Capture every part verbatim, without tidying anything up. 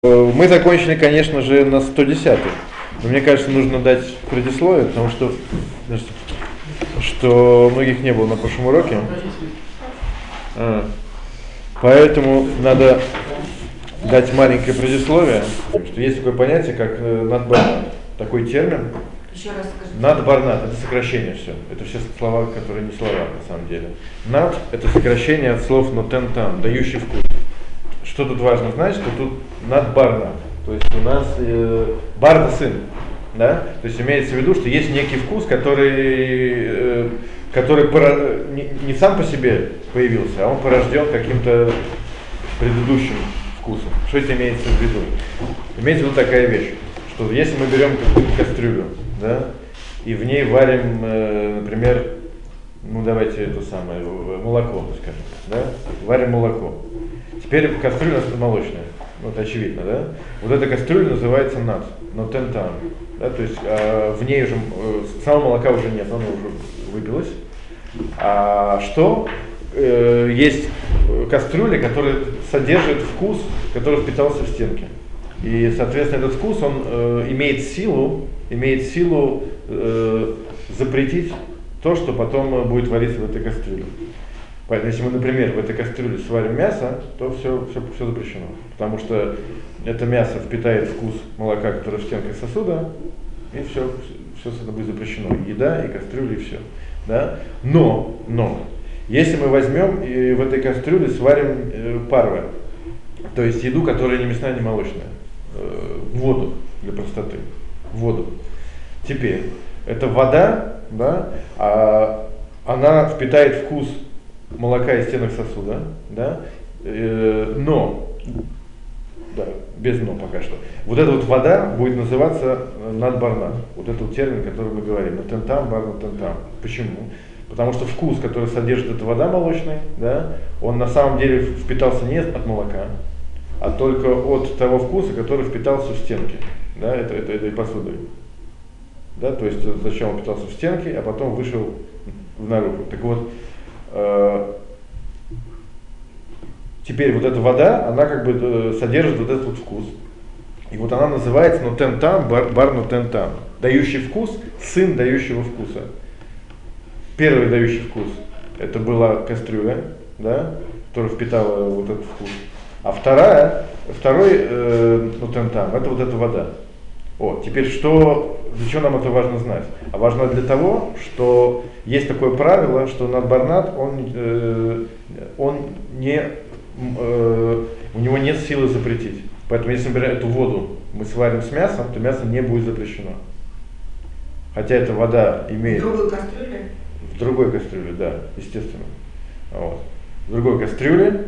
Мы закончили, конечно же, на сто десятой. Но мне кажется, нужно дать предисловие, потому что, что многих не было на прошлом уроке. А, поэтому надо дать маленькое предисловие, что есть такое понятие, как надбарнат. Такой термин. Надбарнат — это сокращение все. Это все слова, которые не слова на самом деле. Над — это сокращение от слов нотен там, дающий вкус. Что тут важно знать, что тут надбарнат. То есть у нас э, бар — это сын. Да? То есть имеется в виду, что есть некий вкус, который, э, который пора, не, не сам по себе появился, а он порожден каким-то предыдущим вкусом. Что это имеется в виду? Имеется в виду такая вещь, что если мы берем какую-то кастрюлю, да, и в ней варим, э, например, ну давайте это самое, молоко, скажем, да, варим молоко. Теперь кастрюля молочная, вот очевидно, да? Вот эта кастрюля называется над, нотен там, да, то есть э, в ней уже, э, самого молока уже нет, оно уже выпилось. А что? Э, есть кастрюли, которые содержат вкус, который впитался в стенки. И, соответственно, этот вкус, он э, имеет силу, имеет силу э, запретить то, что потом будет вариться в этой кастрюле. Поэтому, если мы, например, в этой кастрюле сварим мясо, то все, все, все запрещено. Потому что это мясо впитает вкус молока, который в стенках сосуда, и все, все это будет запрещено. И еда, и кастрюля, и все. Да? Но, но, если мы возьмем и в этой кастрюле сварим э, парве, то есть еду, которая не мясная, не молочная, э, воду для простоты, воду. Теперь, это вода, да, а она впитает вкус молока из стенок сосуда, да, э, но, да, без но пока что, вот эта вот вода будет называться надбарнат, вот этот вот термин, который мы говорим, нотен там, бар нотен там. Почему? Потому что вкус, который содержит эта вода молочная, да, он на самом деле впитался не от молока, а только от того вкуса, который впитался в стенки, да, это, это, этой посудой. Да, то есть сначала он впитался в стенки, а потом вышел в наружу. Так вот, теперь вот эта вода, она как бы содержит вот этот вот вкус. И вот она называется нотен там, бар, бар нотен там. Дающий вкус, сын дающего вкуса. Первый дающий вкус — это была кастрюля, да, которая впитала вот этот вкус. А вторая, второй э, нотен там — это вот эта вода. О, теперь что, для чего нам это важно знать? А важно для того, что есть такое правило, что надбарнат, он, э, он не, э, у него нет силы запретить. Поэтому если, например, эту воду мы сварим с мясом, то мясо не будет запрещено. Хотя эта вода имеет... В другой кастрюле? В другой кастрюле, да, естественно. Вот. В другой кастрюле,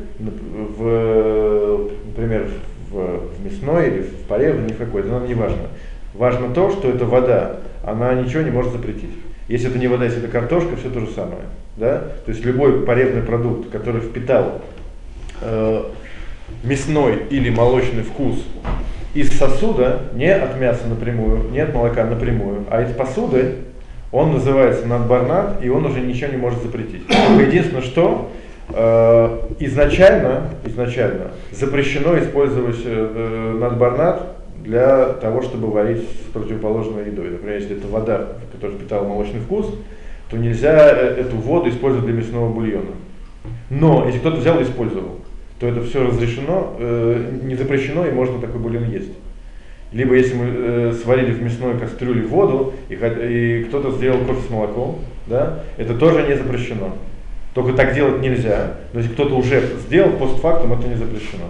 в, например, в, в мясной или в порезанной, ни в какой, это нам не важно. Важно то, что эта вода, она ничего не может запретить. Если это не вода, если это картошка, все то же самое. Да? То есть любой порезанный продукт, который впитал э, мясной или молочный вкус из сосуда, не от мяса напрямую, не от молока напрямую, а из посуды, он называется надбарнат, и он уже ничего не может запретить. Только единственное, что э, изначально, изначально запрещено использовать э, надбарнат для того, чтобы варить с противоположной едой. Например, если это вода, которая впитала молочный вкус, то нельзя эту воду использовать для мясного бульона. Но если кто-то взял и использовал, то это все разрешено, э, не запрещено, и можно такой бульон есть. Либо если мы э, сварили в мясной кастрюле воду, и, и кто-то сделал кофе с молоком, да, это тоже не запрещено. Только так делать нельзя. Но если кто-то уже сделал, постфактум это не запрещено.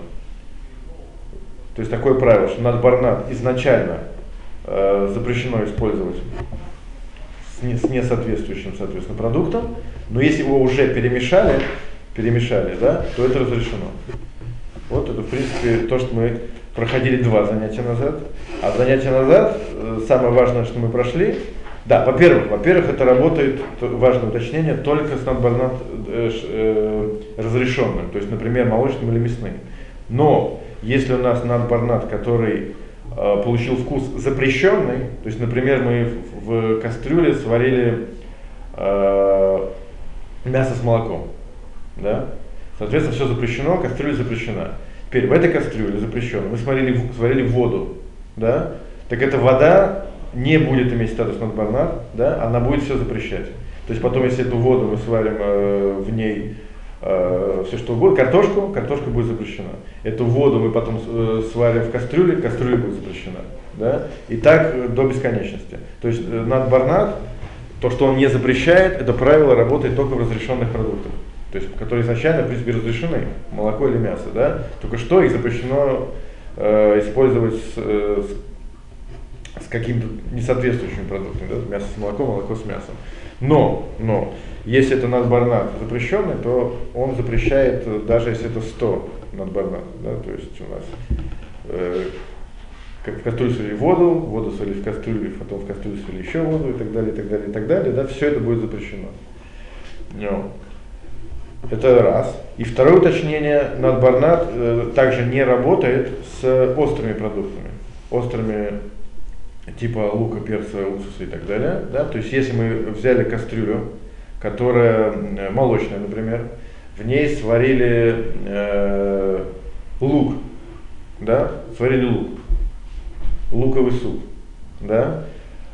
То есть такое правило, что надбарнат изначально э, запрещено использовать с, не, с несоответствующим, соответственно, продуктом, но если его уже перемешали, перемешали, да, то это разрешено. Вот это, в принципе, то, что мы проходили два занятия назад. А занятия назад, э, самое важное, что мы прошли, да, во-первых, во-первых, это работает, то, важное уточнение, только с надбарнат э, э, разрешенным, то есть, например, молочным или мясным. Но если у нас надбарнат, который э, получил вкус запрещенный, то есть, например, мы в, в кастрюле сварили э, мясо с молоком, да? Соответственно, все запрещено, кастрюля запрещена. Теперь в этой кастрюле запрещено, мы сварили, сварили воду, да, так эта вода не будет иметь статус надбарнат, да, она будет все запрещать. То есть потом, если эту воду мы сварим э, в ней э, все что угодно, картошку, картошка будет запрещена. Эту воду мы потом э, сварим в кастрюле, кастрюля будет запрещена. Да? И так э, до бесконечности. То есть э, надбарнат, то, что он не запрещает, это правило работает только в разрешенных продуктах. То есть, которые изначально, в принципе, разрешены, молоко или мясо, да? Только что их запрещено э, использовать с, э, с, с какими-то несоответствующими продуктами, да? Мясо с молоком, молоко с мясом. Но, но, если это надбарнат запрещенный, то он запрещает, даже если это сто надбарнат, да? То есть у нас э, в кастрюлю сварили воду, воду сварили в кастрюлю, потом в кастрюлю сварили еще воду и так далее, и так далее, и так далее, да? Все это будет запрещено. Но. Это раз. И второе уточнение, надбарнат э, также не работает с острыми продуктами. Острыми типа лука, перца, уксуса и так далее. Да? То есть если мы взяли кастрюлю, которая э, молочная, например, в ней сварили э, лук, да? Сварили лук, луковый суп, да?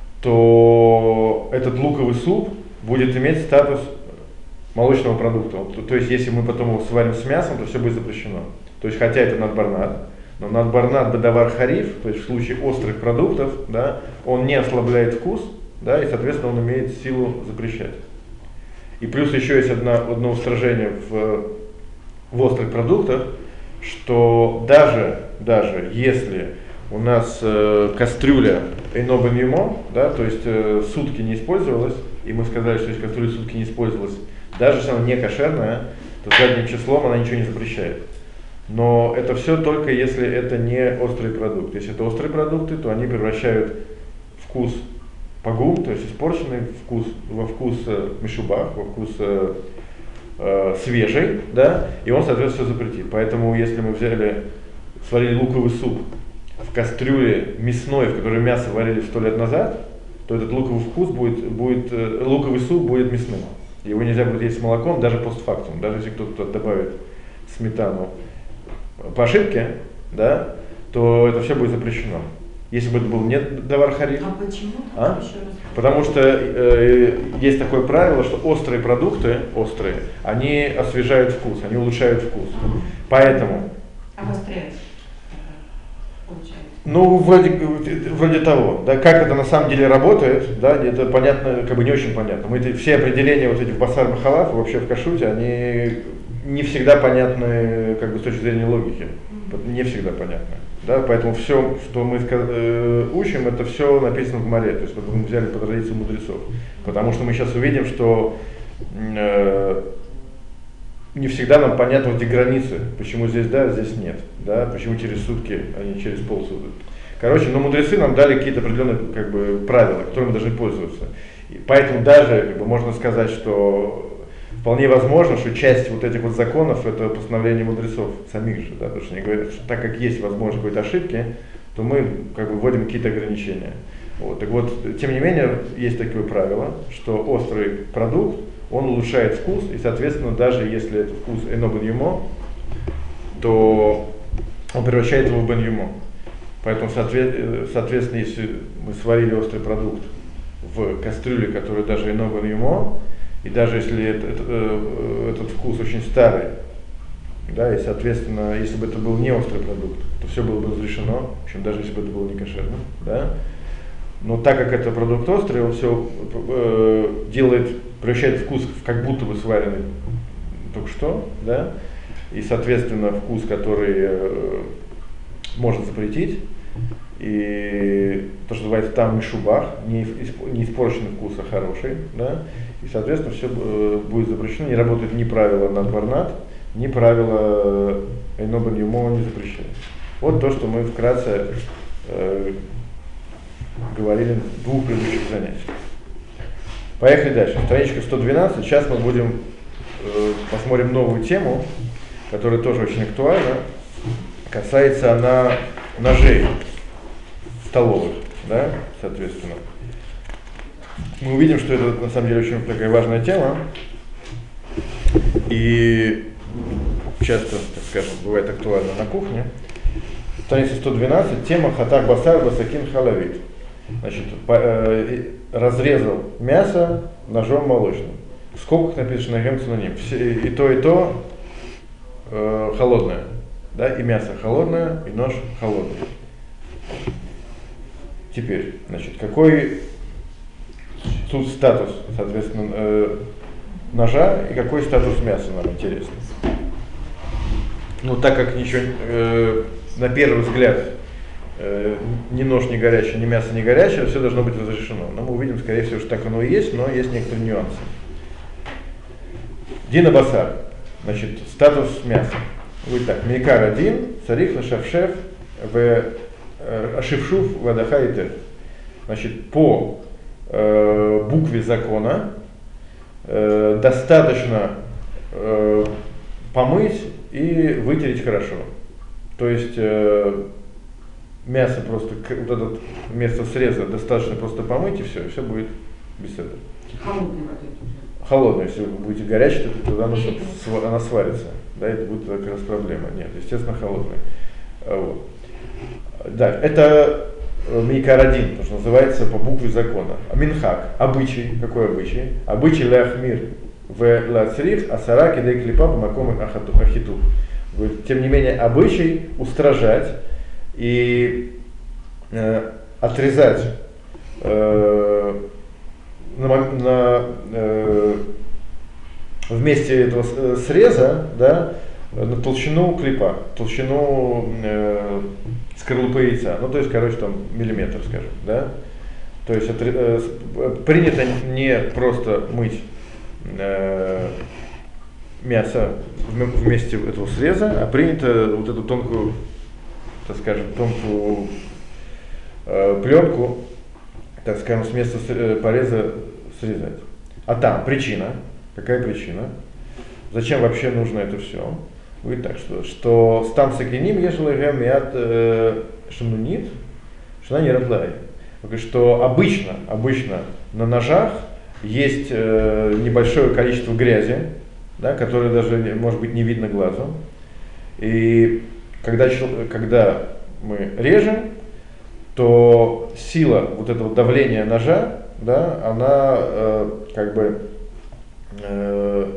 То этот луковый суп будет иметь статус молочного продукта. То есть, если мы потом его сварим с мясом, то все будет запрещено. То есть, хотя это надбарнат, но надбарнат бедавар хариф, то есть в случае острых продуктов, да, он не ослабляет вкус, да, и, соответственно, он имеет силу запрещать. И плюс еще есть одно, одно устражение в, в острых продуктах, что даже, даже если у нас э, кастрюля эйно бен юмо, да, то есть э, сутки не использовалась, и мы сказали, что если кастрюля сутки не использовалась, даже если она не кошерная, то задним числом она ничего не запрещает. Но это все только если это не острый продукт. Если это острые продукты, то они превращают вкус пагум, то есть испорченный вкус, во вкус э, мишубах, во вкус э, э, свежий, да, и он, соответственно, все запретит. Поэтому если мы взяли, сварили луковый суп в кастрюле мясной, в которой мясо варили сто лет назад, то этот луковый вкус будет, будет э, луковый суп будет мясным. Его нельзя будет есть с молоком, даже постфактум, даже если кто-то добавит сметану по ошибке, да, то это все будет запрещено. Если бы это был не давар хариф. А почему? А? Потому что э, есть такое правило, что острые продукты, острые, они освежают вкус, они улучшают вкус. Поэтому. Обостряют. Получается. Ну, вроде, вроде того, да, как это на самом деле работает, да, это понятно, как бы не очень понятно. Мы эти, все определения вот эти в басар бахалав, вообще в кашуте, они не всегда понятны, как бы с точки зрения логики, не всегда понятны, да, поэтому все, что мы э, учим, это все написано в море, то есть мы взяли по традиции мудрецов, потому что мы сейчас увидим, что э, не всегда нам понятны эти границы, почему здесь да, а здесь нет, да, почему через сутки, а не через полсуток. Короче, но мудрецы нам дали какие-то определенные как бы, правила, которыми мы должны пользоваться. И поэтому даже как бы, можно сказать, что вполне возможно, что часть вот этих вот законов это постановление мудрецов самих же, да, потому что они говорят, что так как есть возможность какой-то ошибки, то мы как бы вводим какие-то ограничения. Вот. Так вот, тем не менее, есть такое правило, что острый продукт, он улучшает вкус, и, соответственно, даже если это вкус эйно бен юмо, то он превращает его в бен юмо. Поэтому, соответственно, если мы сварили острый продукт в кастрюле, которая даже эйно бен юмо, и даже если это, это, этот вкус очень старый, да, и, соответственно, если бы это был не острый продукт, то все было бы разрешено, в общем, даже если бы это было не кошерно, да. Но так как это продукт острый, он все э, делает, превращает вкус в как будто бы сваренный только что, да, и, соответственно, вкус, который э, можно запретить, и то, что называется там мишубах, не, не испорченный вкус, а хороший, да, и, соответственно, все э, будет запрещено, не работает ни правило надбарнат, ни правило эйно бен юмо не запрещает. Вот то, что мы вкратце э, говорили в двух предыдущих занятиях. Поехали дальше. Страничка сто двенадцать. Сейчас мы будем э, посмотрим новую тему, которая тоже очень актуальна. Касается она ножей столовых, да, соответственно. Мы увидим, что это на самом деле очень такая важная тема. И часто, так скажем, бывает актуально на кухне. Страница сто двенадцать, тема хатах басар басакин халавит. Значит, по, э, разрезал мясо ножом молочным. В скобках написано гем цунаним. И, и то, и то э, холодное. Да? И мясо холодное, и нож холодный. Теперь, значит, какой тут статус, соответственно, э, ножа и какой статус мяса, нам интересно. Ну, так как ничего, э, на первый взгляд, э, ни нож не горячий, ни мясо не горячее, все должно быть разрешено. Но мы увидим, скорее всего, что так оно и есть, но есть некоторые нюансы. Дина басар, значит, статус мяса. Будет так, мейкар один, царих лашавшев, в ашившув вадаха и теф. Значит, по э, букве закона э, достаточно э, помыть и вытереть хорошо. То есть э, мясо просто, вот это место среза достаточно просто помыть и все, и все будет без этого. Холодной водой. Холодное, если вы будете горячее, то тогда она, она сварится. Да, это будет как раз проблема. Нет, естественно, холодное. Вот. Да, это мейкар один, то, что называется по букве закона. Минхак, обычай, какой обычай? Обычай ляхмир в лацрих, асара кидей клипа по макому ахиту. Тем не менее, обычай устражать и э, отрезать э, на, на, э, вместе этого среза, да, на толщину клипа, толщину э, скорлупы яйца, ну то есть, короче, там миллиметр, скажем, да. То есть отри, э, принято не просто мыть э, мясо вместе этого среза, а принято вот эту тонкую, так скажем, тонкую э, пленку, так скажем, с места пореза срезать. А там причина, какая причина? Зачем вообще нужно это все? Будет так, что, что стам сакиним ешла гем яд шамнунит, шана не радлай. Что обычно, обычно на ножах есть э, небольшое количество грязи, да, которое даже может быть не видно глазу. И когда, когда мы режем, то сила вот этого давления ножа, да, она э, как бы э,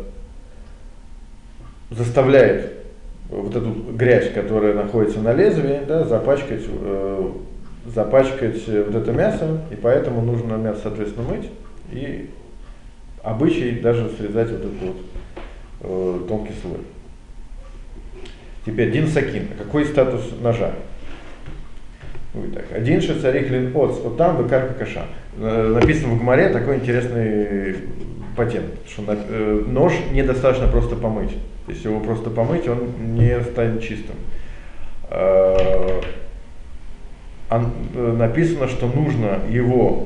заставляет вот эту грязь, которая находится на лезвии, да, запачкать, э, запачкать вот это мясо, и поэтому нужно мясо, соответственно, мыть, и обычай даже срезать вот этот вот э, тонкий слой. Теперь дин сакин. Какой статус ножа? Один шацарих лин оц, вот там выкарка каша. Написано в Гмаре такой интересный патент, что нож недостаточно просто помыть. Если его просто помыть, он не станет чистым. Написано, что нужно его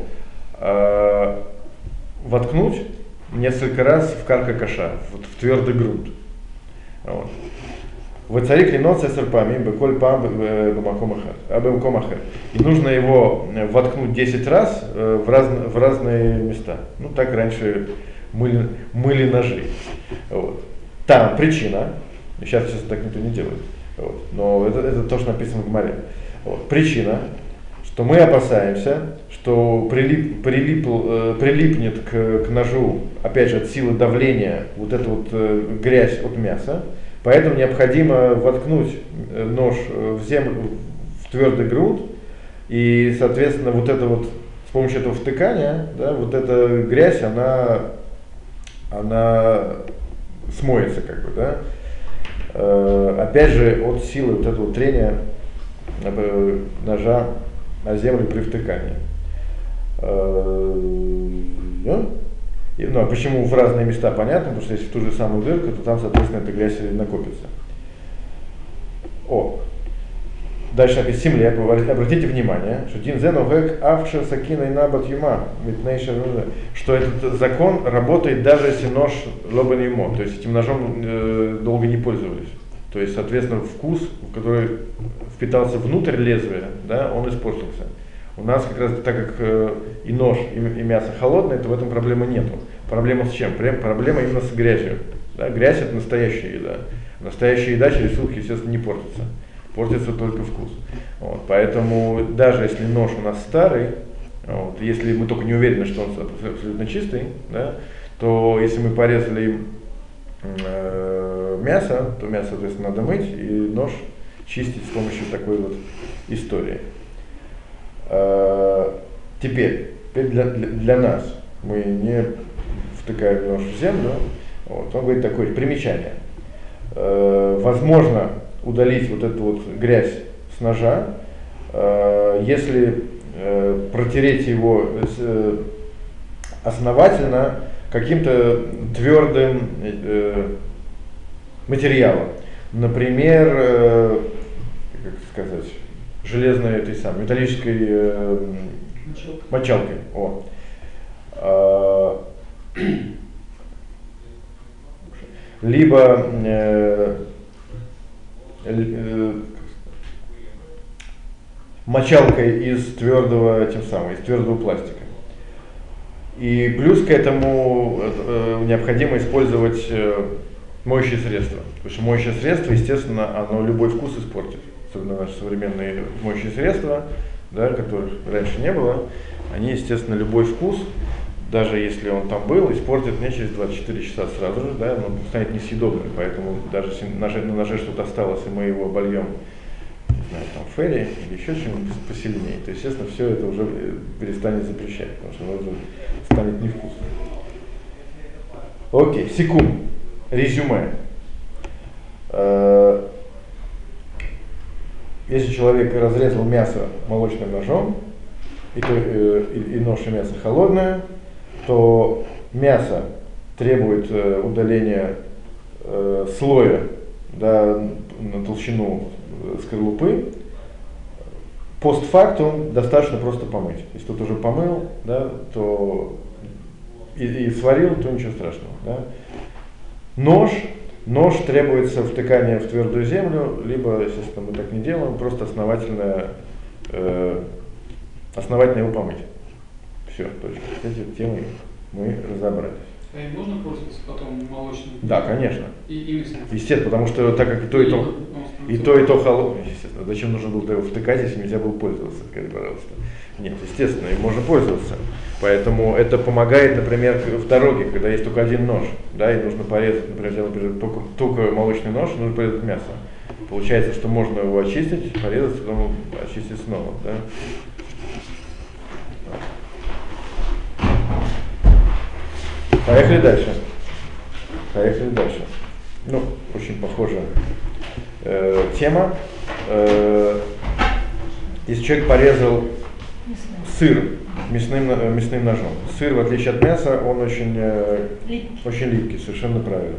воткнуть несколько раз в карка каша, в твердый грунт. Вот. Вацарик линоция серпами, беколь пам бемакомахер. И нужно его воткнуть десять раз в, раз, в разные места. Ну так раньше мыли, мыли ножи. Вот. Там причина, сейчас, сейчас так никто не делает, вот. Но это, это то, что написано в Гмаре. Вот. Причина, что мы опасаемся, что прилип, прилип, прилипнет к, к ножу, опять же, от силы давления вот эта вот грязь от мяса. Поэтому необходимо воткнуть нож в землю, в твердый грунт, и, соответственно, вот это вот, с помощью этого втыкания, да, вот эта грязь, она, она смоется, как бы, да. Э, опять же, от силы вот этого трения э, ножа на землю при втыкании. Э, да? И, ну, а почему в разные места понятно, потому что если в ту же самую дырку, то там, соответственно, эта грязь накопится. О, дальше написано земле, обратите внимание, что дин зен овек авшер сакина и набат юма, что этот закон работает даже если нож лобан юмо, то есть этим ножом э, долго не пользовались. То есть, соответственно, вкус, который впитался внутрь лезвия, да, он испортился. У нас как раз так как э, и нож, и, и мясо холодное, то в этом проблемы нету. Проблема с чем? Проблема именно с грязью. Да? Грязь — это настоящая еда. Настоящая еда через сутки, естественно, не портится. Портится только вкус. Вот, поэтому даже если нож у нас старый, вот, если мы только не уверены, что он абсолютно чистый, да, то если мы порезали им э, мясо, то мясо, соответственно, надо мыть и нож чистить с помощью такой вот истории. Э, теперь, теперь для, для, для нас мы не втыкаем нож в землю. Вот, он говорит такое примечание. Э, возможно удалить вот эту вот грязь с ножа, э, если э, протереть его э, основательно каким-то твердым э, материалом. Например, э, как сказать, железной этой самой, металлической э, мочалкой. О. Э, либо э, э, мочалкой из твердого, тем самым, из твердого пластика. И плюс к этому э, необходимо использовать э, моющее средство. Потому что моющее средство, естественно, оно любой вкус испортит. Особенно наши современные моющие средства, да, которых раньше не было, они, естественно, любой вкус, даже если он там был, испортит не через двадцать четыре часа сразу же, да, он станет несъедобным. Поэтому даже если на ноже, на ноже что-то осталось, и мы его обольем, не знаю, там, ферри или еще чем-нибудь посильнее, то, естественно, все это уже перестанет запрещать, потому что оно уже станет невкусным. Окей, секунд. Резюме. Если человек разрезал мясо молочным ножом, и, то, и, и нож и мясо холодное, то мясо требует удаления э, слоя, да, на толщину скорлупы. Постфактум достаточно просто помыть. Если кто-то уже помыл, да, то и, и сварил, то ничего страшного. Да. Нож, нож требуется втыкание в твердую землю, либо, естественно, мы так не делаем, просто основательно, э, основательно его помыть. Все, точка. С этой темой мы разобрались. А им можно пользоваться потом молочным? Да, конечно. И, и мясным? Естественно, потому что так как и то, и то, и то, и то холодное, естественно. Зачем нужно было его втыкать, если нельзя было пользоваться, скажи, пожалуйста. Нет, естественно, им можно пользоваться. Поэтому это помогает, например, в дороге, когда есть только один нож, да, и нужно порезать, например, только, только молочный нож, нужно порезать мясо. Получается, что можно его очистить, порезать, потом очистить снова, да. Поехали дальше. Поехали дальше. Ну, очень похожая э, тема. Э, если человек порезал сыр мясным, мясным ножом. Сыр, в отличие от мяса, он очень, э, очень липкий, совершенно правильно.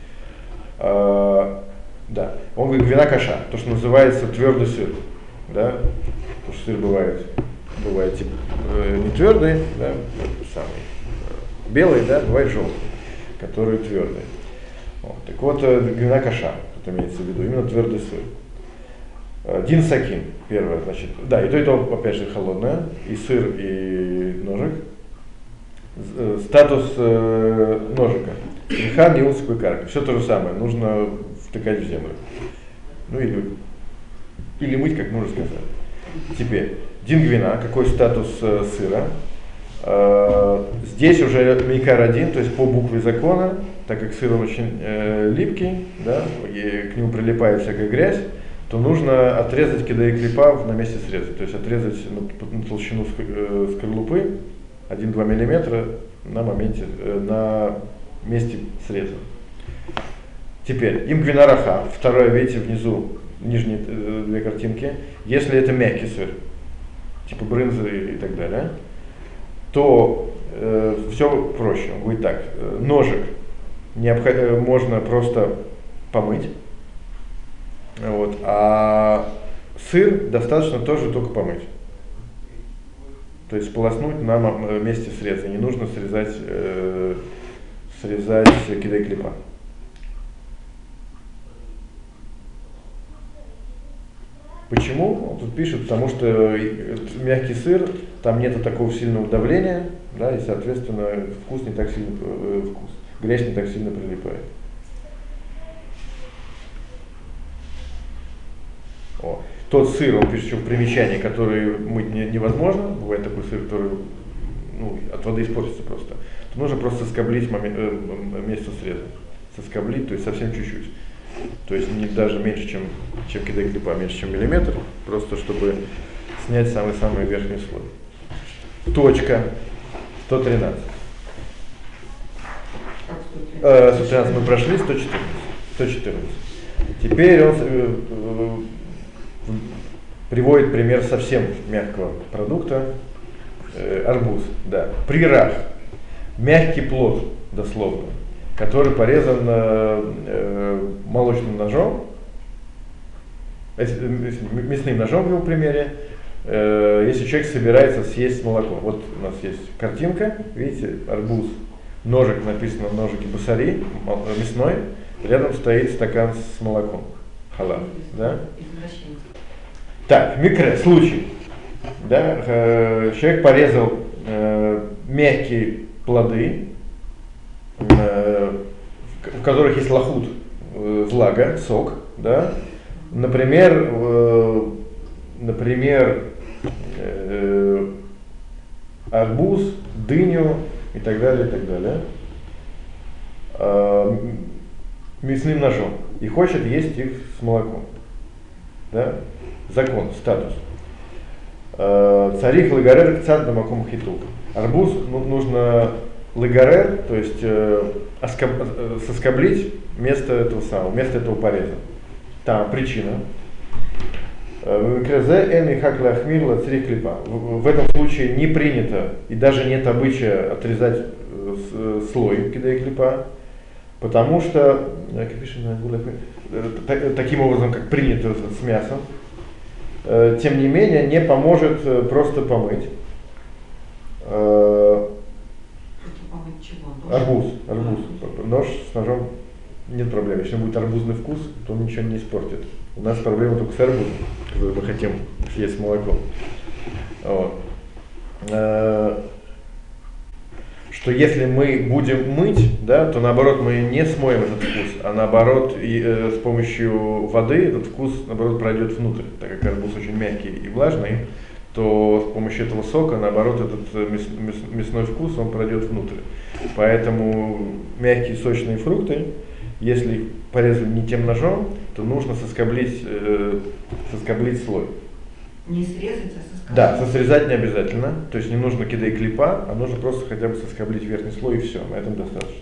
Э, да. Он говорит гвина каша, то, что называется твердый сыр. Да? Потому что сыр бывает, бывает типа, э, не твердый, да, самый. Белый, да, бывает желтый, который твердый. Вот. Так вот, гвина каша, тут имеется в виду, именно твердый сыр. Дин сакин, первое, значит, да, и то, и то, опять же, холодное, и сыр, и ножик. Статус э, ножика. Хан, неусыпый карка, все то же самое, нужно втыкать в землю. Ну или, или мыть, как мы уже сказали. Теперь, дин гвина, какой статус э, сыра? Uh, здесь уже мейкар один, то есть по букве закона, так как сыр очень э, липкий, да, и к нему прилипает всякая грязь, то нужно отрезать кидай клипа на месте среза, то есть отрезать на, на толщину э, скорлупы один-два миллиметра на моменте, э, на месте среза. Теперь, им гвинараха, второе, видите, внизу, нижние э, две картинки, если это мягкий сыр, типа брынзы и, и так далее, то э, все проще. Он говорит так, э, ножик необход... э, можно просто помыть, вот, а сыр достаточно тоже только помыть. То есть сполоснуть на месте среза. Не нужно срезать, э, срезать кидай клипа. Почему? Он тут пишет, потому что мягкий сыр, там нету такого сильного давления, да, и, соответственно, вкус не так сильно, э, вкус, грязь не так сильно прилипает. тот сыр, он пишет еще в примечании, который мыть не, невозможно, бывает такой сыр, который ну, от воды испортится просто, то нужно просто соскоблить момент, э, место среза. Соскоблить, то есть совсем чуть-чуть. То есть не даже меньше, чем, чем кидай клипа, меньше, чем миллиметр, просто чтобы снять самый-самый верхний слой. Точка сто тринадцать. Э, сто тринадцать мы прошли, сто четырнадцать. сто четырнадцать. Теперь он э, э, приводит пример совсем мягкого продукта. Э, арбуз, да. Прирах. Мягкий плод, дословно, который порезан э, молочным ножом, э, мясным ножом в его примере, э, если человек собирается съесть молоко. Вот у нас есть картинка, видите, арбуз, ножик, написано в ножике басари, мясной, рядом стоит стакан с молоком, халал, да? Так, микро, случай, да, э, человек порезал э, мягкие плоды, в которых есть лахут, влага, сок, да, например, э, например, э, арбуз, дыню и так далее, и так далее, э, мясным ножом и хочет есть их с молоком, да, закон, статус. Царих лагарер кцат бамаком хиту. Арбуз ну, нужно лагарер, то есть э, оскоб, э, соскоблить место этого самого, место этого пореза. Там причина. В этом случае не принято и даже нет обычая отрезать слой кидай клипа, потому что таким образом, как принято с мясом, тем не менее не поможет просто помыть. Арбуз, арбуз. Нож с ножом нет проблем. Если будет арбузный вкус, то он ничего не испортит. У нас проблема только с арбузом, который мы хотим съесть с молоком. Вот. Что если мы будем мыть, да, то наоборот мы не смоем этот вкус, а наоборот и, э, с помощью воды этот вкус наоборот пройдет внутрь. Так как арбуз очень мягкий и влажный, то с помощью этого сока наоборот этот мяс, мяс, мясной вкус он пройдет внутрь. Поэтому мягкие сочные фрукты, если их порезали не тем ножом, то нужно соскоблить, э, соскоблить слой. Не срезать, а соскоблить? Да, сосрезать не обязательно. То есть не нужно кидай клипа, а нужно просто хотя бы соскоблить верхний слой и все. На этом достаточно.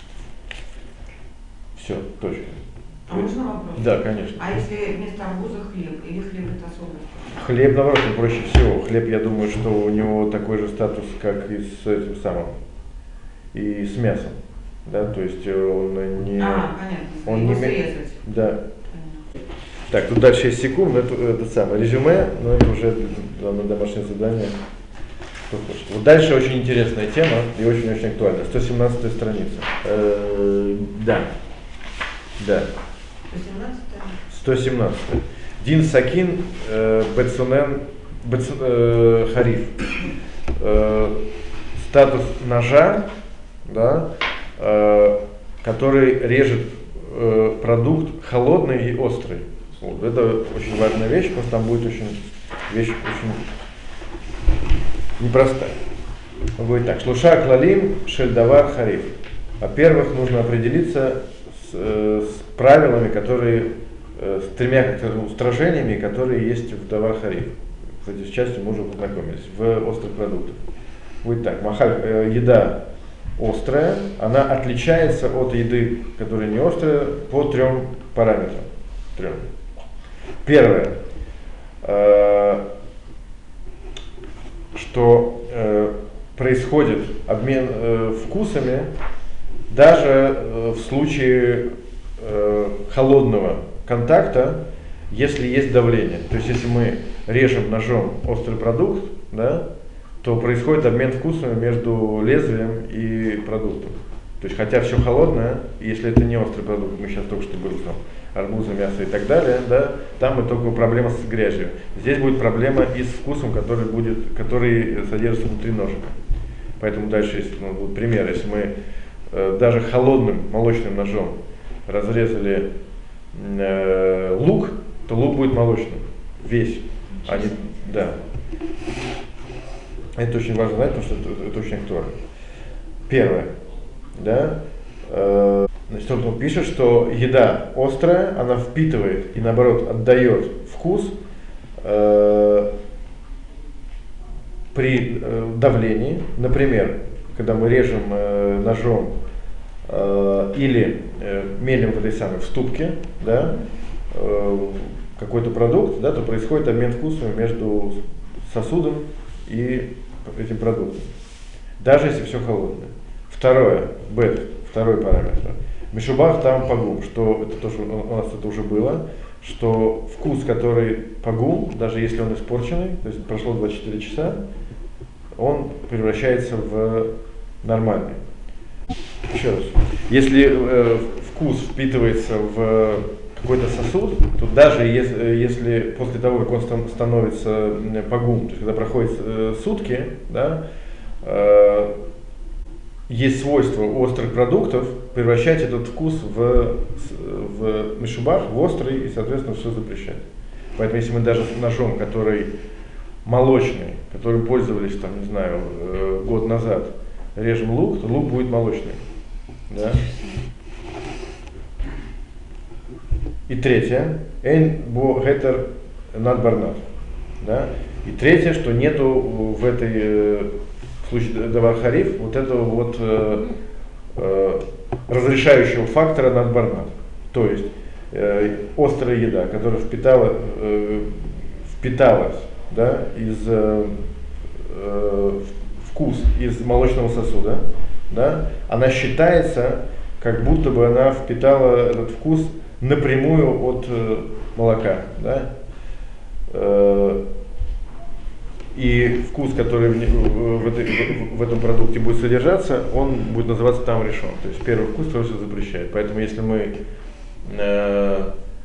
Все, точка. А можно вопрос? Да, конечно. А если вместо арбуза хлеб, или хлеб это особый? Хлеб, наоборот, он проще всего. Хлеб, я думаю, что у него такой же статус, как и с этим самым, и с мясом. Да, то есть он не... А, понятно. Он Его не срезать. Да. Так, тут дальше есть секунд, но это, это самое резюме, но это уже да, на домашнее задание. Вот дальше очень интересная тема и очень-очень актуальна. сто семнадцатая страница. Э, да. Да. сто семнадцатая. Дин Сакин э, Бецунен Бец, э, Хариф. Э, статус ножа, да, э, который режет э, продукт холодный и острый. Вот, это очень важная вещь, потому что там будет очень вещь очень непростая. Он говорит так: шлуша клалим шельдавар хариф. Во-первых, нужно определиться с, э, с правилами, которые, э, с тремя устражениями, которые есть в давар хариф. Кстати, с частью мы уже познакомились, в острых продуктах. Будет так: махаль, э, еда острая, она отличается от еды, которая не острая, по трем параметрам. Трем. Первое, э, что э, происходит обмен э, вкусами даже э, в случае э, холодного контакта, если есть давление. То есть если мы режем ножом острый продукт, да, то происходит обмен вкусами между лезвием и продуктом. То есть хотя все холодное, если это не острый продукт, мы сейчас только что были там арбуза, мясо и так далее, да, там мы только проблема с грязью. Здесь будет проблема и с вкусом, который будет, который содержится внутри ножика. Поэтому дальше есть ну, вот пример, если мы э, даже холодным молочным ножом разрезали э, лук, то лук будет молочным. Весь. Они, да. Это очень важно знать, потому что это, это очень актуально. Первое. Да? Э, значит, он, он пишет, что еда острая, она впитывает и наоборот отдает вкус э, при э, давлении. Например, когда мы режем э, ножом э, или э, мелем в этой самой в ступке, да, э, какой-то продукт, да, то происходит обмен вкусами между сосудом и этим продуктом. Даже если все холодное. Второе, бет, второй параметр. Мишубах там пагум, что это тоже у нас это уже было, что вкус, который пагум, даже если он испорченный, то есть прошло двадцать четыре часа, он превращается в нормальный. Еще раз. Если э, вкус впитывается в какой-то сосуд, то даже если, если после того, как он становится пагум, то есть когда проходят э, сутки, да, э, есть свойство у острых продуктов превращать этот вкус в, в мишубах, в острый, и, соответственно, все запрещать. Поэтому если мы даже с ножом, который молочный, которым пользовались, там, не знаю, э, год назад, режем лук, то лук будет молочный. Да? И третье, эйн бо гетер над барнат. Да? И третье, что нету в этой, э, в случае давар хариф, вот этого вот э, э, разрешающего фактора над барнат. То есть э, острая еда, которая впитала, э, впиталась, да, из э, э, вкус из молочного сосуда, да, она считается, как будто бы она впитала этот вкус напрямую от э, молока, да. Э, и вкус, который в, в, этой, в, в этом продукте будет содержаться, он будет называться там решен. То есть первый вкус тоже запрещает. Поэтому если мы э,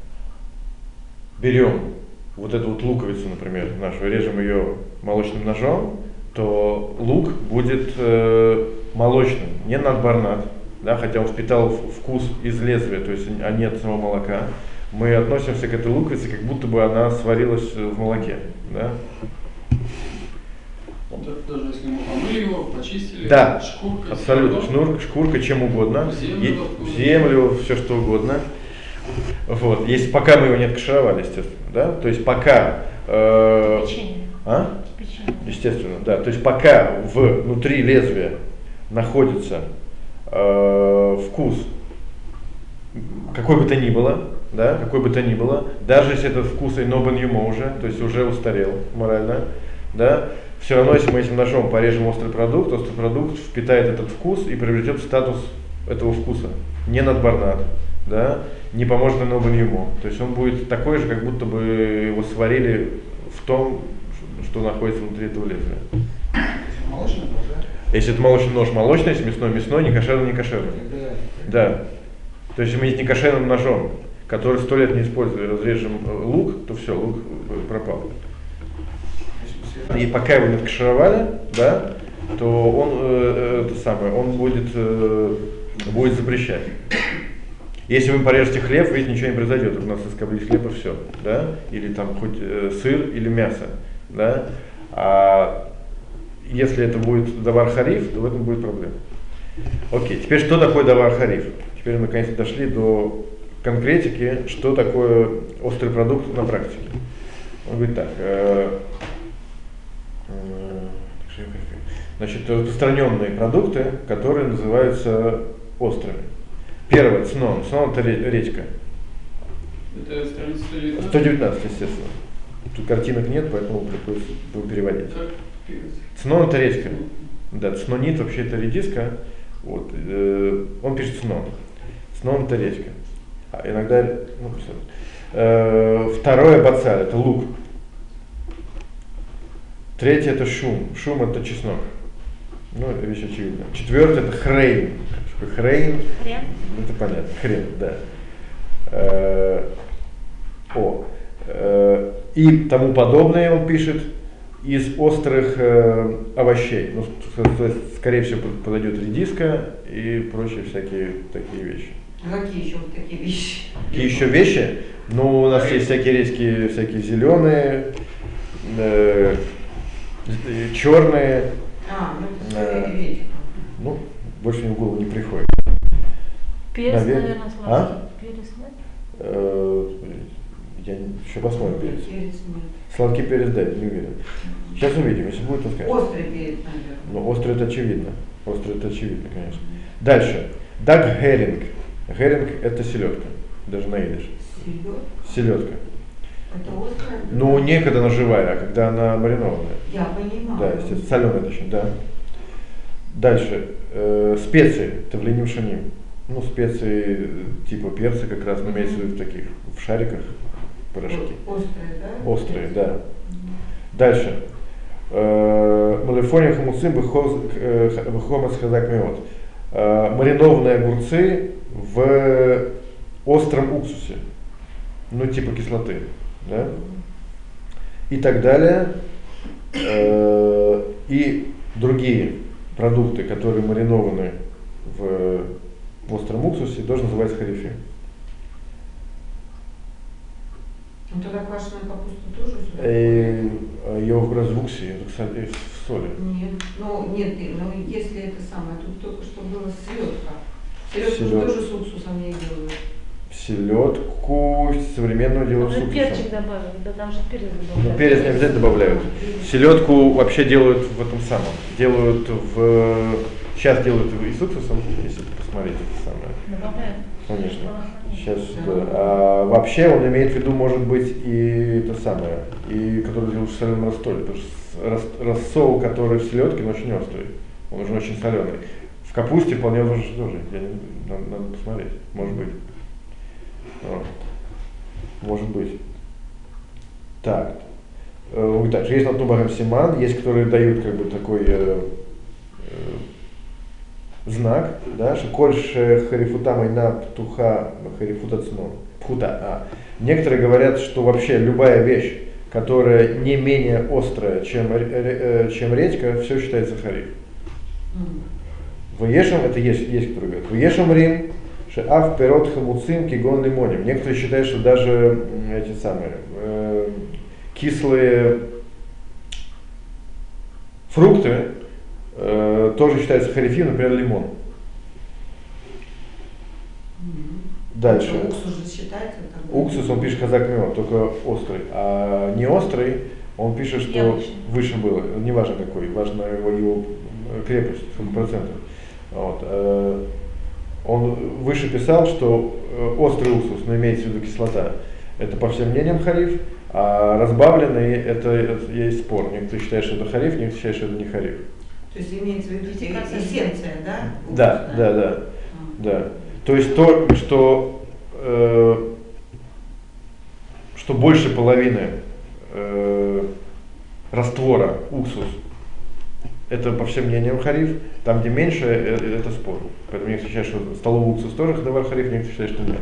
берем вот эту вот луковицу, например, нашу, режем ее молочным ножом, то лук будет э, молочным, не надбарнат, да, хотя он впитал вкус из лезвия, то есть а не от самого молока. Мы относимся к этой луковице, как будто бы она сварилась в молоке. Да? Даже если мы помыли его, почистили, да, шкурка, абсолютно, шнур, шкурка, чем угодно, в землю, в землю, все что угодно. Вот. Если пока мы его не откашировали, естественно, да, то есть пока э, Печенье. А? Печенье. Естественно, да. То есть пока внутри лезвия находится э, вкус, какой бы то ни было, да, какой бы то ни было, даже если этот вкус и нобен юмо уже, то есть уже устарел морально, да, все равно, если мы этим ножом порежем острый продукт, острый продукт впитает этот вкус и приобретет статус этого вкуса, не надбарнат, да, не поможет нобен юмо. То есть он будет такой же, как будто бы его сварили в том, что находится внутри этого лезвия. Молочный нож, да? Если это молочный нож молочный, если мясной мясной, не кошерный не кошерный. Да. То есть если мы не кошерным ножом, который сто лет не использовали, разрежем лук, то все, лук пропал. И пока его не откашировали, да, то он э, это самое, он будет, э, будет запрещать. Если вы порежете хлеб, видите, ничего не произойдет, у нас соскоблись хлеб и все, да, или там хоть э, сыр или мясо, да. А если это будет давар хариф, то в этом будет проблема. Окей, теперь что такое давар хариф? Теперь мы наконец дошли до конкретики, что такое острый продукт на практике. Он говорит так. Э, э, значит, распространенные продукты, которые называются острыми. Первое, цнон. Цнон это редька. Это страница сто девятнадцать? сто девятнадцать, естественно. Тут картинок нет, поэтому приходится переводить. Цнон это редька. Да, цнонит вообще это редиска. Вот. Э, он пишет цнон. Цнон это редька. А иногда, ну, э, второе бацаль, это лук. Третье это шум. Шум это чеснок. Ну, это вещь очевидна. Четвертое это хрейн. Хрейн. Хрен. Это понятно. Хрен, да. Э, о. Э, и тому подобное он пишет из острых э, овощей. Ну, то есть, скорее всего, подойдет редиска и прочие всякие такие вещи. Какие еще вот такие вещи? Какие еще вещи? Ну, у нас есть всякие редьки, всякие зеленые, э, черные. А, ну это э, редька. Ну, больше мне в голову не приходит. Перец, Навер- наверное, сладкий. А? Перец, нет? Э, я не- еще посмотрим перец. Перец нет. Сладкий перец, да, не уверен. Сейчас увидим, если будет, то скажем. Острый перец, наверное. Ну, острый это очевидно. Острый это очевидно, конечно. Дальше. Даг геринг. Геринг это селедка. Даже на идиш. Селедка? Селедка. Это острая? Ну, не когда она живая, а когда она маринованная. Я понимаю. Да, естественно, соленая точнее, да. Дальше. Э, специи. Тавлиним шаним. Ну, специи э, типа перца как раз, но имеется в виду в таких, в шариках порошки. Острые, да? Острые, да. Дальше. Малифония хамуцим выхомас хазак миот. Маринованные огурцы в остром уксусе. Ну, типа кислоты. Да? И так далее. Э, И другие продукты, которые маринованы в остром уксусе, тоже называются харифим. Ну тогда квашеная капуста тоже сюда? Э, Ее в уксе, это, кстати, в соли. Нет, ну нет, ну если это самое, тут только что было селедка. Селедку Селед- тоже с уксусом не делают. Селедку современную делают с Уже уксусом. перчик добавили, да там же перец Ну, добавляют. перец не обязательно добавляют. Селедку вообще делают в этом самом. Делают в... Сейчас делают и с уксусом, если посмотреть это самое. Добавляют. Конечно. Сейчас, да. А вообще он имеет в виду, может быть, и это самое, и который делают в соленом растоле. Потому что рас- рассол, который в селедке, он очень острый. Он уже очень соленый. В капусте вполне тоже тоже. Я не, надо, надо посмотреть. Может быть. Вот. Может быть. Так. Э, Также есть Натубарам Симан, есть, которые дают как бы такой э, э, знак, да, что кольше харифутам айна птуха харифутацно. Пхута. А. Некоторые говорят, что вообще любая вещь, которая не менее острая, чем, э, э, чем редька, все считается хариф. Ваешем, это есть, есть которые говорят. Ваешем рим, шеав перот хамуцим кигон лимоним. Некоторые считают, что даже эти самые э, кислые фрукты э, тоже считаются харифим, например, лимон. Дальше. Это уксус же считается? Тогда? Уксус, он пишет хазак миот, только острый. А не острый, он пишет, что Яблочный. выше было. Неважно какой, важна его, его крепость, сколько процентов. Вот. э, Он выше писал, что э, острый уксус, но имеется в виду кислота, это по всем мнениям хариф, а разбавленный это, это есть спор. Некоторые считают, что это хариф, некоторые считают, что это не хариф. То есть имеется в виду десять процентов. эссенция, да? Да, Уксус, да, да, да. То есть то, что, э, что больше половины э, раствора уксус, это по всем мнениям хариф, там где меньше, это, это спор. Поэтому некоторые считают, что столовый уксус тоже хадавар хариф, некоторые считают, что нет.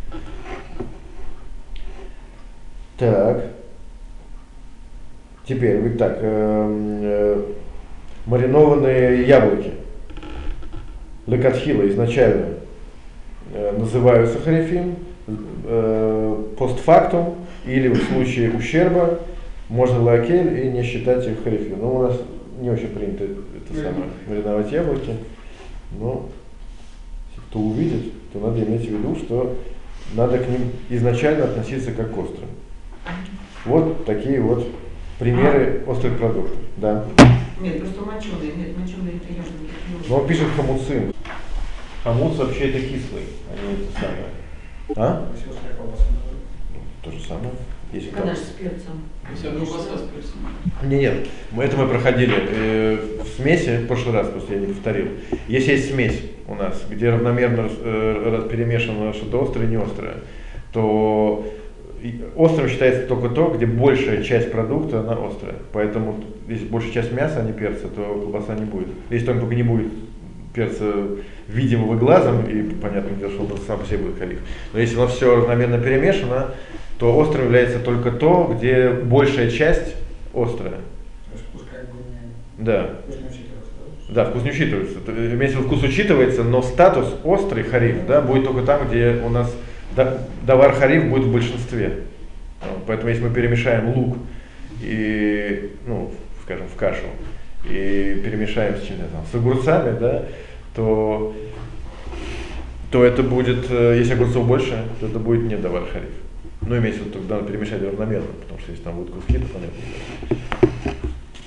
Так. Теперь, вот так, э, э, маринованные яблоки. Лекатхила изначально э, называются харифим, э, постфактум или в случае ущерба можно лакель и не считать их харифим. Но у нас не очень принято это самое, мариновать яблоки, но если кто увидит, то надо иметь в виду, что надо к ним изначально относиться как к острым. Вот такие вот примеры а. острых продуктов. Да. Нет, просто моченые, нет, моченые это явно не. Но он пишет хамуцин. Хамуц вообще это кислый, а не это самое. А? То же самое. Если Когда там... же с перцем? Вся колбаса с перцем. Не, нет, мы это мы проходили э, в смеси, в прошлый раз, просто я не повторил. Если есть смесь у нас, где равномерно э, перемешано что-то острое и не острое, то острым считается только то, где большая часть продукта, она острая. Поэтому, если большая часть мяса, а не перца, то колбаса не будет. Если там только не будет перца видимого глазом, и понятно, что он сам по себе будет хариф. Но если у нас все равномерно перемешано, то острым является только то, где большая часть острая. То есть вкус как бы не... Да. Вкус не учитывается, да? Да, вкус не учитывается. Имеется в виду, вкус учитывается, но статус острый хариф, да, будет только там, где у нас да, давар хариф будет в большинстве. Поэтому если мы перемешаем лук и, ну, скажем, в кашу и перемешаем с чем-то там, с огурцами, да, то, то это будет, если огурцов больше, то это будет не давар хариф. Ну, имеется в виду, тогда надо перемешать равномерно, потому что если там будут куски, то понятно.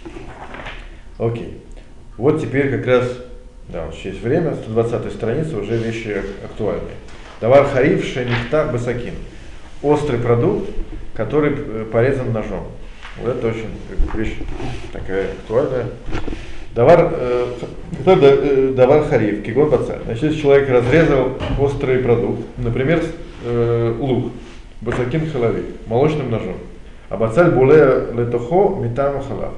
Окей. Вот теперь как раз, да, у нас есть время, сто двадцатая страница, уже вещи актуальные. Давар хариф шенихта басакин. Острый продукт, который порезан ножом. Вот это очень вещь такая актуальная. Давар, э, э, давар хариф, кигон бацаль. Значит, если человек разрезал острый продукт, например, э, лук, басакин халави, молочным ножом. А бацаль буле летохо митам халав.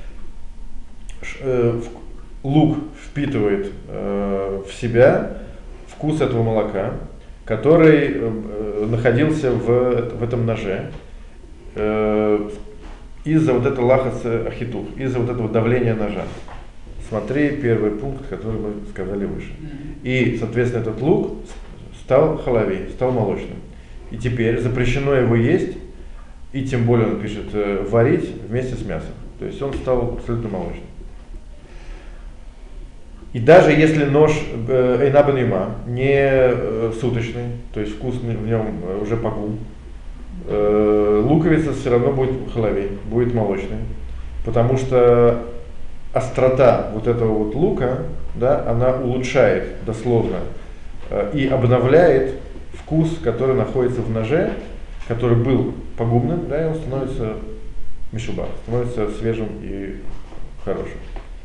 Лук впитывает э, в себя вкус этого молока, который э, находился в, в этом ноже э, из-за вот этого лахаса ахитух, из-за вот этого давления ножа. Смотри первый пункт, который мы сказали выше. И, соответственно, этот лук стал халави, стал молочным. И теперь запрещено его есть, и тем более он пишет э, варить вместе с мясом. То есть он стал абсолютно молочным. И даже если нож эйнабен юма не э, суточный, то есть вкус в нем уже погум, э, луковица все равно будет халави, будет молочной, потому что острота вот этого вот лука, да, она улучшает дословно э, и обновляет вкус, который находится в ноже, который был погубным, да, и он становится мишуба, становится свежим и хорошим.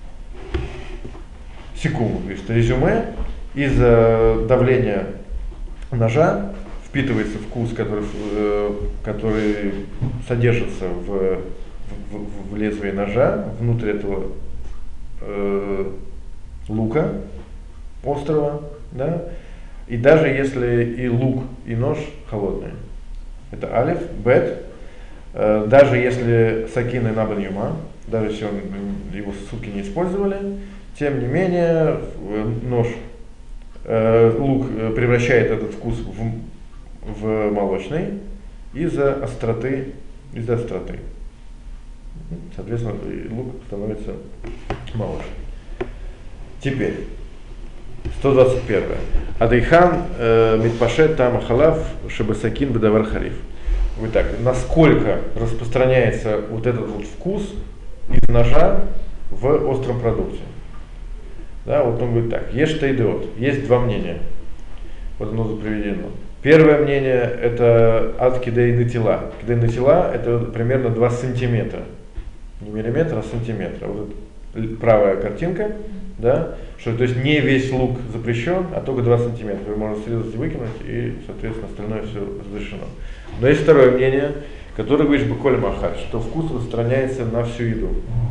Секунду, то есть резюме, из-за давления ножа впитывается вкус, который, э, который содержится в, в, в лезвии ножа, внутри этого э, лука острого, да, и даже если и лук, и нож холодные, это алиф, бет, э, даже если сакин и набан юма, даже если он, его сутки не использовали, тем не менее, нож, э, лук превращает этот вкус в, в молочный из-за остроты, из-за остроты. Соответственно, лук становится молочным. Теперь, сто двадцать первое. Адайхан митпашет тама халав шебасакин бедавар хариф. Вот так, насколько распространяется вот этот вот вкус из ножа в остром продукте. Да, вот он говорит так, ешь тайдеот, есть два мнения, вот оно приведено. Первое мнение это от кидей натила. Кидей натила это примерно два сантиметра, не миллиметра, а сантиметра. Вот правая картинка, да, что то есть не весь лук запрещен, а только два сантиметра. Его можно срезать и выкинуть, и, соответственно, остальное все разрешено. Но есть второе мнение, которое говорит буколь махар, что вкус распространяется на всю еду.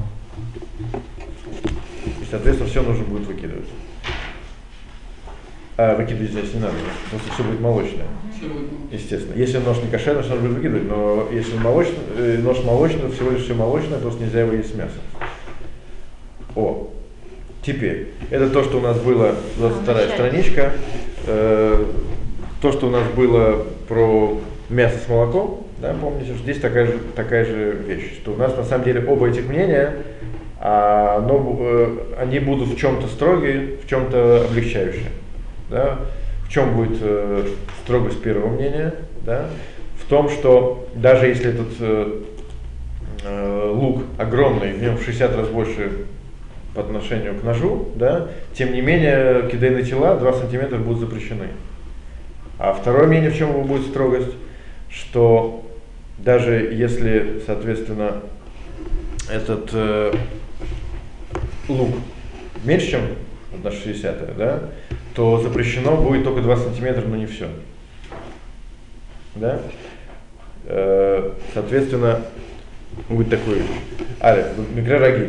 И, соответственно, все нужно будет выкидывать. А выкидывать здесь не надо, потому что все будет молочное. Естественно. Если нож не кошерный, то нужно будет выкидывать, но если молочный, э, нож молочный, всего лишь все молочное, просто нельзя его есть с мясом. О, теперь, это то, что у нас было, двадцать вторая страничка, э, то, что у нас было про мясо с молоком, да, помните, что здесь такая же, такая же вещь, что у нас на самом деле оба этих мнения, а, но э, они будут в чем-то строгие, в чем-то облегчающие. Да? В чем будет э, строгость первого мнения? Да? В том, что даже если этот э, э, лук огромный, в нем в шестьдесят раз больше по отношению к ножу, да, тем не менее кидейные тела два сантиметра будут запрещены. А второе мнение, в чем его будет строгость, что даже если, соответственно, этот э, лук меньше, чем одна шестидесятая, да, то запрещено будет только два сантиметра, но не все. Да? Э, соответственно, будет такой алиф, микрораги.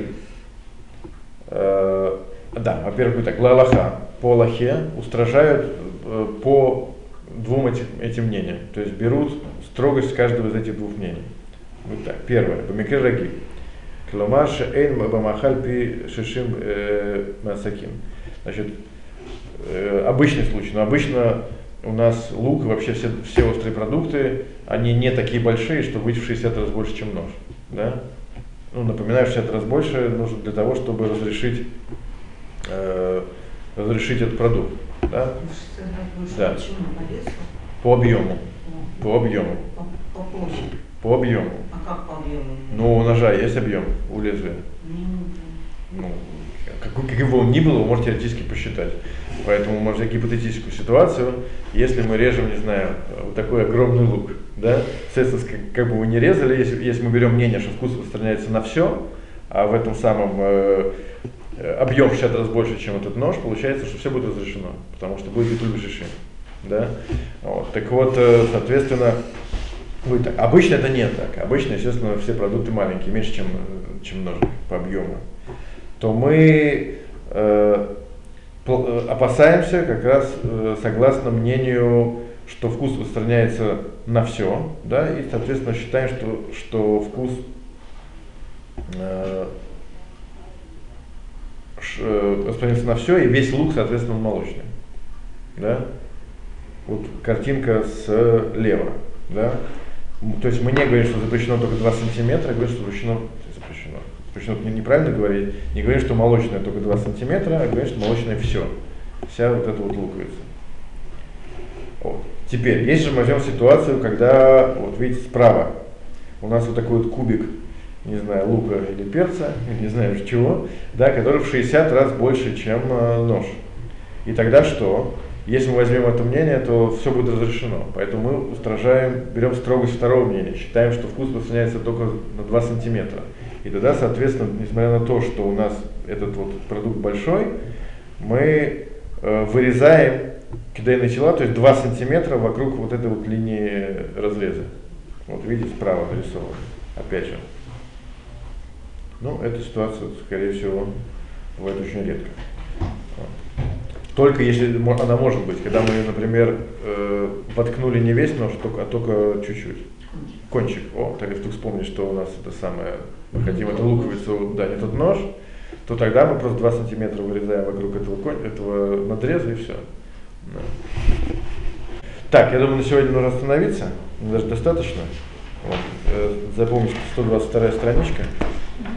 Э, да, во-первых, будет так, лалаха, по Аллахе устражают э, по двум этим, этим мнениям. То есть берут строгость каждого из этих двух мнений. Вот так. Первое, по микрораги. Кломар шеэйн бамахаль пи шишим масаким. Значит, э, обычный случай, но обычно у нас лук и вообще все, все острые продукты, они не такие большие, что быть в шестьдесят раз больше, чем нож. Да? Ну, напоминаю, шестьдесят раз больше нужно для того, чтобы разрешить, э, разрешить этот продукт. Да? Да. По объему. По объему. По, по площади. По объему. А как по объему? Ну, у ножа есть объем, у лезвия. Ну, какой, как его ни было, вы можете теоретически посчитать. Поэтому можно взять гипотетическую ситуацию, если мы режем, не знаю, вот такой огромный лук, да, соответственно, как, как бы вы не резали, если, если мы берем мнение, что вкус распространяется на все, а в этом самом э, объем в шестьдесят раз больше, чем этот нож, получается, что все будет разрешено, потому что будет битуль бешишим, да. Вот. Так вот, э, соответственно, будет так. Обычно это не так. Обычно, естественно, все продукты маленькие, меньше, чем, чем ножик по объему. То мы э, опасаемся как раз э, согласно мнению, что вкус распространяется на все, да, и, соответственно, считаем, что, что вкус э, ш, распространяется на все, и весь лук, соответственно, он молочный. Да? Вот картинка слева. Да? То есть мы не говорим, что запрещено только два сантиметра, а говорим, что запрещено, запрещено. Запрещено это неправильно говорить, не говорим, что молочное только два сантиметра, а говорим, что молочное все. Вся вот эта вот луковица. Вот. Теперь, есть же, мы возьмем ситуацию, когда, вот видите, справа у нас вот такой вот кубик, не знаю, лука или перца, не знаю чего, да, который в шестьдесят раз больше, чем э, нож. И тогда что? Если мы возьмем это мнение, то все будет разрешено. Поэтому мы устражаем, берем строгость второго мнения, считаем, что вкус распространяется только на два сантиметра. И тогда, соответственно, несмотря на то, что у нас этот вот продукт большой, мы э, вырезаем кидайные тела, то есть два сантиметра вокруг вот этой вот линии разреза. Вот видите, справа нарисовано. Опять же. Ну, эта ситуация, скорее всего, бывает очень редко. Только если она может быть, когда мы, например, э, воткнули не весь нож, а только чуть-чуть. Кончик. О, так я вдруг вспомнил, что у нас это самое, мы хотим эту луковицу, да, не тот нож, то тогда мы просто два сантиметра вырезаем вокруг этого, этого надреза и все. Да. Так, я думаю, на сегодня нужно остановиться, даже достаточно. Вот. Запомните, сто двадцать вторая страничка.